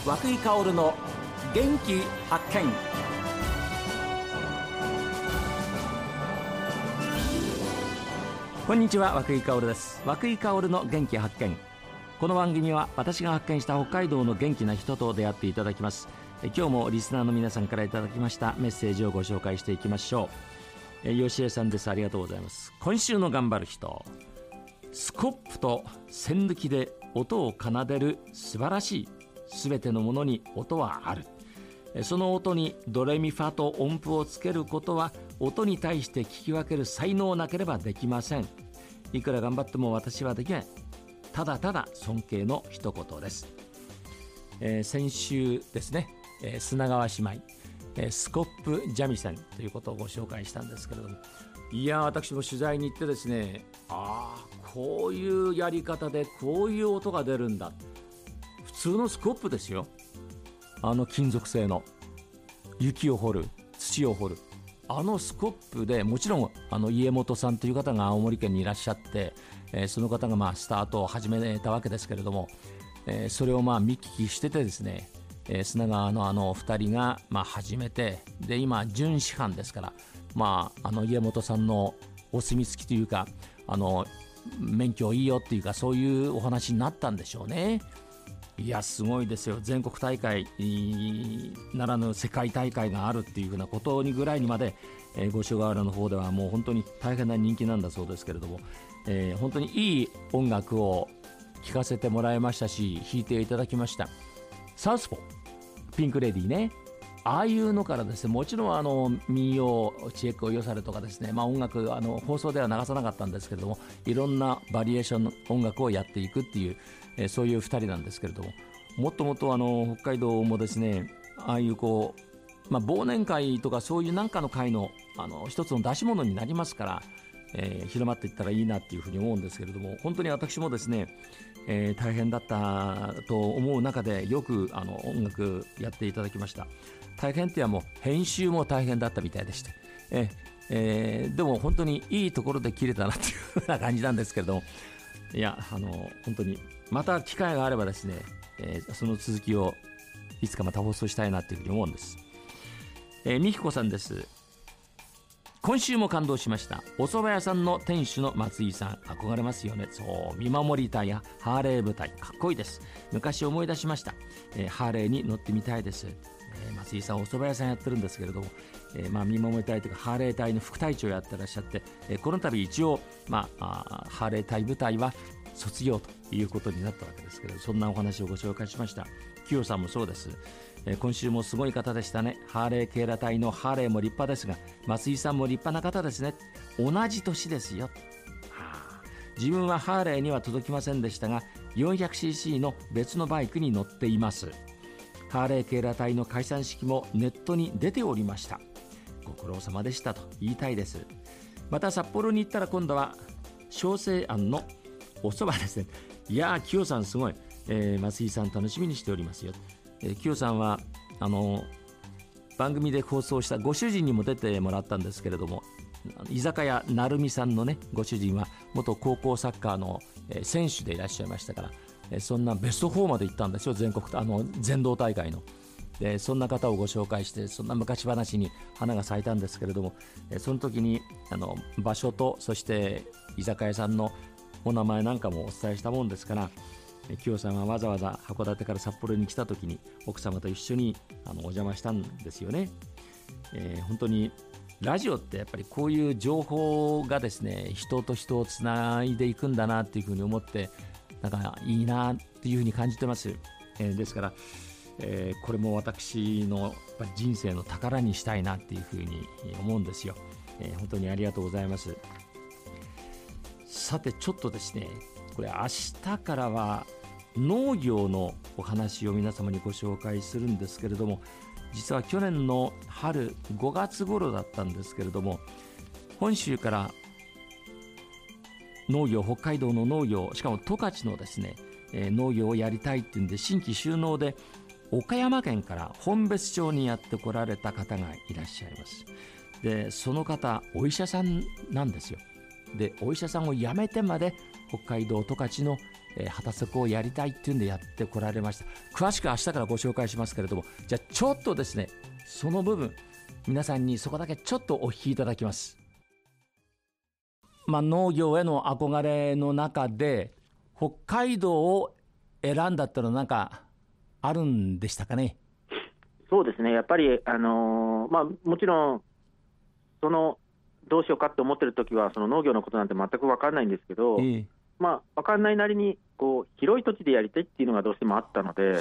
和久井薫の元気発見。こんにちは、和久井薫です。和久井薫の元気発見。この番組は私が発見した北海道の元気な人と出会っていただきます。今日もリスナーの皆さんからいただきましたメッセージをご紹介していきましょう。吉江さんです。ありがとうございます。今週の頑張る人、スコップと栓抜きで音を奏でる素晴らしい。すべてのものに音はある。その音にドレミファと音符をつけることは音に対して聞き分ける才能なければできません。いくら頑張っても私はできない。ただただ尊敬の一言です。先週ですね、砂川姉妹、スコップ三味線ということをご紹介したんですけれども、いや私も取材に行ってですね、こういうやり方でこういう音が出るんだ。普通のスコップですよ。金属製の雪を掘る、土を掘るスコップで、もちろん家元さんという方が青森県にいらっしゃって、その方がスタートを始めたわけですけれども、それを見聞きしててですね、砂川の2人が始めて、で今準師範ですから、家元さんのお墨付きというか免許いいよっていうか、そういうお話になったんでしょうね。いやすごいですよ。全国大会ならぬ世界大会があるっていうふうなことにぐらいにまで、五所川原の方ではもう本当に大変な人気なんだそうですけれども、本当にいい音楽を聴かせてもらいましたし、弾いていただきました。サウスポー、ピンクレディーね、ああいうのからですね、もちろん民謡知恵をよされとかですね、音楽放送では流さなかったんですけれども、いろんなバリエーションの音楽をやっていくっていう、そういう2人なんですけれども、もっともっと北海道もですね、ああいう忘年会とかそういうなんかの会の一つの出し物になりますから、広まっていったらいいなっていうふうに思うんですけれども、本当に私もですね、大変だったと思う中でよく音楽やっていただきました。大変ってはもう編集も大変だったみたいでして、でも本当にいいところで切れたなっていうふうな感じなんですけれども、いや本当にまた機会があればですね、その続きをいつかまた放送したいなというふうに思うんです。美彦さんです。今週も感動しました。お蕎麦屋さんの店主の松井さん、憧れますよね。そう、見守り隊やハーレー部隊、かっこいいです。昔思い出しました。ハーレーに乗ってみたいです。松井さんお蕎麦屋さんやってるんですけれども、見守り隊というかハーレー隊の副隊長をやってらっしゃって、この度一応、ハーレー隊部隊は卒業ということになったわけですけど、そんなお話をご紹介しました。清さんもそうです。今週もすごい方でしたね。ハーレー警ら隊のハーレーも立派ですが、松井さんも立派な方ですね。同じ年ですよ。自分はハーレーには届きませんでしたが、 400cc の別のバイクに乗っています。ハーレー警ら隊の解散式もネットに出ておりました。ご苦労様でしたと言いたいです。また札幌に行ったら今度は小生庵のお蕎麦ですね。いや清さんすごい、松井さん楽しみにしておりますよ。清さんは番組で放送したご主人にも出てもらったんですけれども、居酒屋なるみさんのね、ご主人は元高校サッカーの選手でいらっしゃいましたから、そんなベスト4まで行ったんですよ、全国全道大会の。でそんな方をご紹介して、そんな昔話に花が咲いたんですけれども、その時に場所と、そして居酒屋さんのお名前なんかもお伝えしたもんですから、清さんはわざわざ函館から札幌に来た時に奥様と一緒にお邪魔したんですよね。本当にラジオってやっぱりこういう情報がですね、人と人をつないでいくんだなっていうふうに思って、なんかいいなっていうふうに感じてます。ですから、これも私の人生の宝にしたいなっていうふうに思うんですよ。本当にありがとうございます。さてちょっとですね、これ明日からは農業のお話を皆様にご紹介するんですけれども、実は去年の春5月頃だったんですけれども、本州から農業、北海道の農業、しかも十勝のですね、農業をやりたいっていうんで、新規就農で岡山県から本別町にやってこられた方がいらっしゃいます。でその方お医者さんなんですよ。でお医者さんを辞めてまで北海道十勝の畑作をやりたいっていうんでやってこられました。詳しく明日からご紹介しますけれども、じゃあちょっとですね、その部分皆さんにそこだけちょっとお聞きいただきます。農業への憧れの中で北海道を選んだってのは何かあるんでしたかね。 そうですね、やっぱり、もちろんどうしようかって思ってるときはその農業のことなんて全く分かんないんですけど、分かんないなりに広い土地でやりたいっていうのがどうしてもあったので、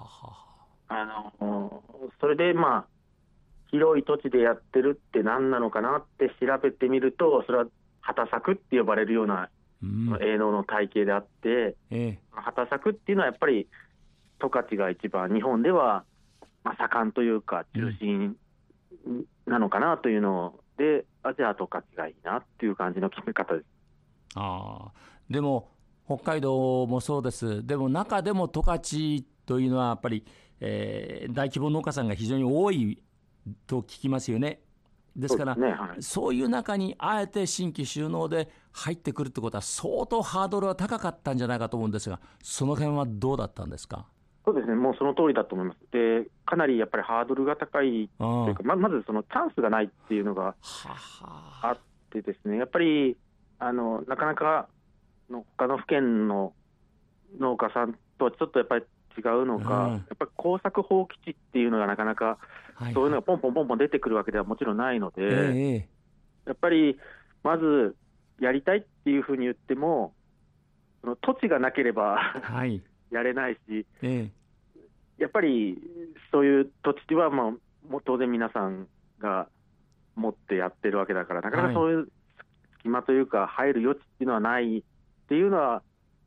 それで広い土地でやってるって何なのかなって調べてみると、それは畑作って呼ばれるような営農の体系であって、畑作っていうのはやっぱり十勝が一番日本では盛んというか中心なのかなというので、じゃあ十勝がいいなっていう感じの決め方です。 でも北海道もそうです。でも中でも十勝というのはやっぱり、大規模農家さんが非常に多いと聞きますよね。ですからそういう中にあえて新規就農で入ってくるってことは相当ハードルは高かったんじゃないかと思うんですが、その辺はどうだったんですか。 そうですね、もうその通りだと思います。で、かなりやっぱりハードルが高いというか、まずそのチャンスがないっていうのがあってですね、やっぱりなかなか他の府県の農家さんとはちょっとやっぱり違うのか、やっぱり耕作放棄地っていうのがなかなかそういうのがポンポンポンポン出てくるわけではもちろんないので、やっぱりまずやりたいっていうふうに言ってもその土地がなければやれないし、やっぱりそういう土地はもう当然皆さんが持ってやってるわけだから、なかなかそういう隙間というか入る余地っていうのはないっていうのは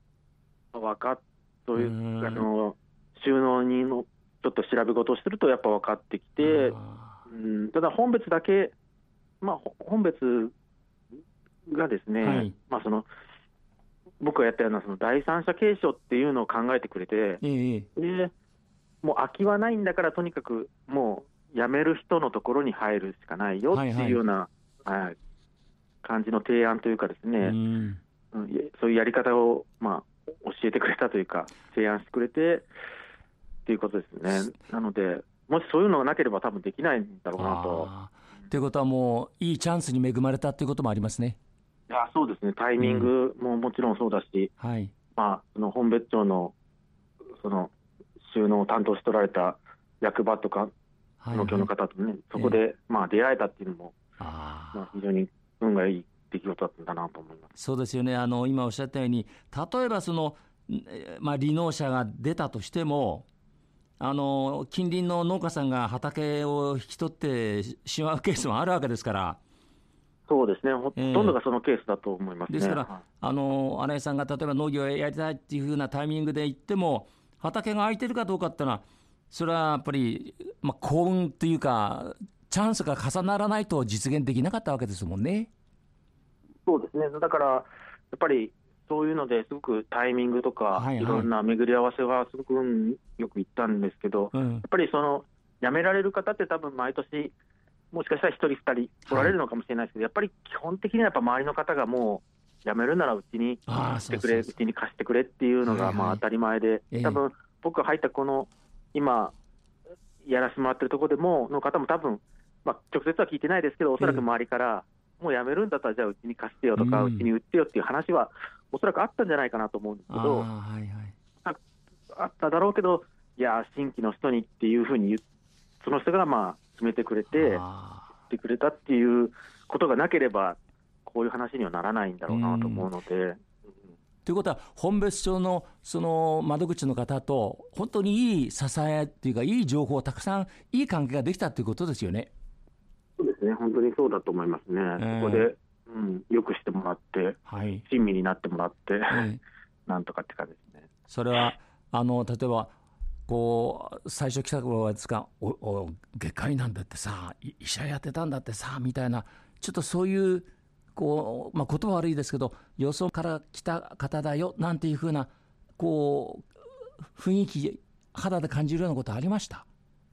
そういう収納にのちょっと調べ事をするとやっぱ分かってきて、ただ本別だけ、本別がですね、僕がやったようなその第三者継承っていうのを考えてくれて、でもう空きはないんだからとにかくもう辞める人のところに入るしかないよっていうような、感じの提案というかですね、そういうやり方を教えてくれたというか提案してくれてっていうことですね。なのでもしそういうのがなければ多分できないんだろうなと。 ということはもういいチャンスに恵まれたということもありますね。 そうですね、タイミングももちろんそうだし、その本別町のその収納を担当しておられた役場とか農協の方とね、そこで出会えたっていうのも、非常に運がいい出来事だったんだなと思います。 そうですよね。今おっしゃったように、例えばその、離農者が出たとしても近隣の農家さんが畑を引き取ってしまうケースもあるわけですから。 そうですね、ほとんどがそのケースだと思いますね。 ですから、新井さんが例えば農業をやりたいっていうふうなタイミングで行っても畑が空いてるかどうかっていうのは、それはやっぱり、幸運というかチャンスが重ならないと実現できなかったわけですもんね。 そうですね、だからやっぱりそういうのですごくタイミングとか、いろんな巡り合わせはすごくよくいったんですけど、やっぱりその辞められる方って多分毎年もしかしたら1人2人おられるのかもしれないですけど、やっぱり基本的にはやっぱ周りの方がもう辞めるならうちにしてくれ、うちに貸してくれっていうのが当たり前で、多分僕が入ったこの今やらせてもらってるところでもの方も多分、直接は聞いてないですけど、おそらく周りからもう辞めるんだったらじゃあうちに貸してよとか、うちに売ってよっていう話はおそらくあったんじゃないかなと思うんですけど、あっただろうけど、いや新規の人にっていうふうにその人が決めてくれて言ってくれたっていうことがなければこういう話にはならないんだろうなと思うので。 ということは本別町のその窓口の方と本当にいい支えっていうか、いい情報をたくさん、いい関係ができたということですよね。 そうですね、本当にそうだと思いますね。そこで、よくしてもらって、親身になってもらって、なんとかって感じですね。 それは例えば最初来た頃はですか、外科医なんだってさ、医者やってたんだってさみたいな、ちょっとそういう言葉悪いですけど、よそから来た方だよなんていうふうな雰囲気肌で感じるようなことありました？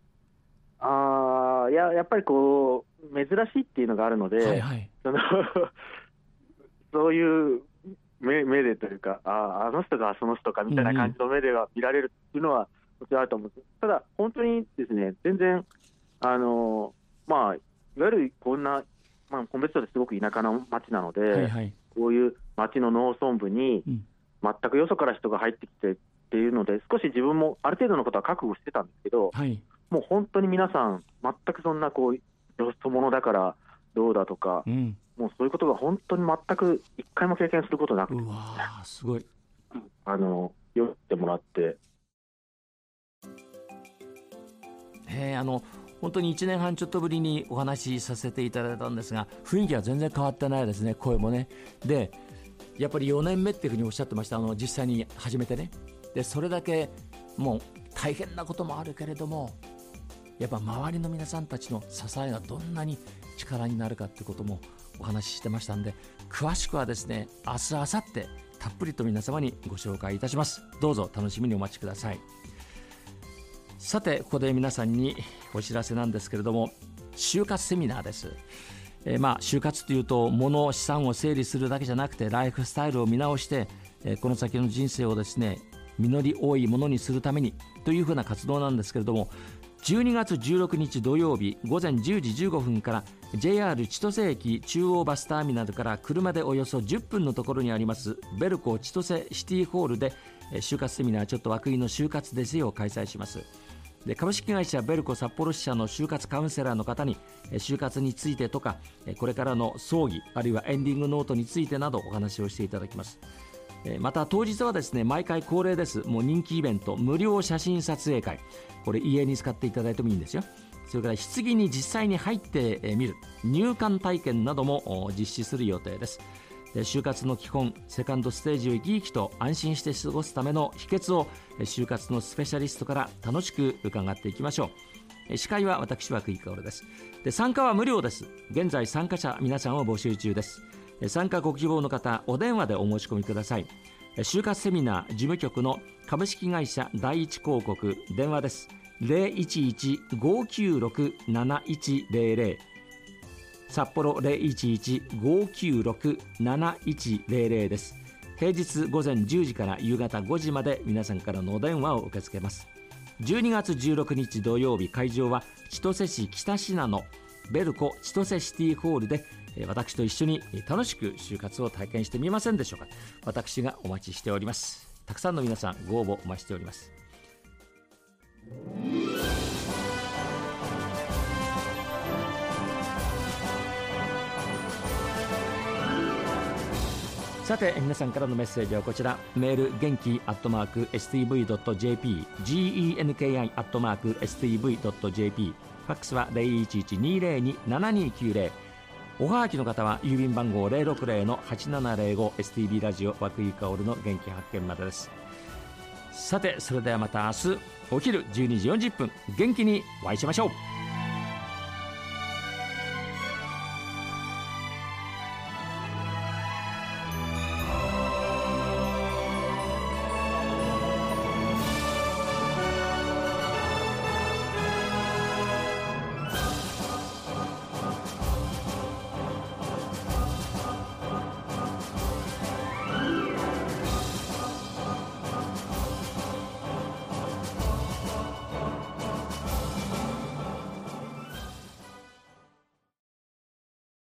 やっぱり珍しいっていうのがあるので、そういう目でというか、あの人がその人かみたいな感じの目では見られるっていうのはもちろんあると思うんです。ただ本当にですね、全然いわゆるこんな、本別町ですごく田舎の町なので、はいはい、こういう町の農村部に全くよそから人が入ってきてっていうので、少し自分もある程度のことは覚悟してたんですけど、はい、もう本当に皆さん全くそんなよそ者だからどうだとか、もうそういうことが本当に全く一回も経験することなくて、 うわすごい、 酔ってもらって、 本当に1年半ちょっとぶりにお話しさせていただいたんですが、雰囲気は全然変わってないですね、声もね。でやっぱり4年目っていうふうにおっしゃってました。実際に始めてね。でそれだけもう大変なこともあるけれども、やっぱ周りの皆さんたちの支えがどんなに力になるかってこともお話ししてましたんで、詳しくはですね、明日明後日たっぷりと皆様にご紹介いたします。どうぞ楽しみにお待ちください。さてここで皆さんにお知らせなんですけれども、就活セミナーです。就活というと物資産を整理するだけじゃなくて、ライフスタイルを見直して、この先の人生をですね、実り多いものにするためにというふうな活動なんですけれども、12月16日土曜日午前10時15分から JR 千歳駅中央バスターミナルから車でおよそ10分のところにありますベルコ千歳シティホールで就活セミナー、ちょっと涌井の就活ですよを開催します。で株式会社ベルコ札幌支社の就活カウンセラーの方に就活についてとか、これからの葬儀あるいはエンディングノートについてなどお話をしていただきます。また当日はですね、毎回恒例です、もう人気イベント無料写真撮影会、これ家に使っていただいてもいいんですよ。それから棺に実際に入ってみる入館体験なども実施する予定です。で就活の基本セカンドステージを生き生きと安心して過ごすための秘訣を就活のスペシャリストから楽しく伺っていきましょう。司会は私涌井薫です。で参加は無料です。現在参加者皆さんを募集中です。参加ご希望の方、お電話でお申し込みください。就活セミナー事務局の株式会社第一広告、電話です。 011-596-7100、 札幌 011-596-7100 です。平日午前10時から夕方5時まで皆さんからのお電話を受け付けます。12月16日土曜日、会場は千歳市北信濃ベルコ千歳シティホールで、私と一緒に楽しく就活を体験してみませんでしょうか。私がお待ちしております。たくさんの皆さんご応募お待ちしております。さて皆さんからのメッセージはこちら、メール元気@stv.jp、 genki@stv.jp、 ファックスは 011-202-7290、おはがきの方は郵便番号 060-8705 STB ラジオ涌井薫の元気発見までです。さてそれではまた明日お昼12時40分元気にお会いしましょう。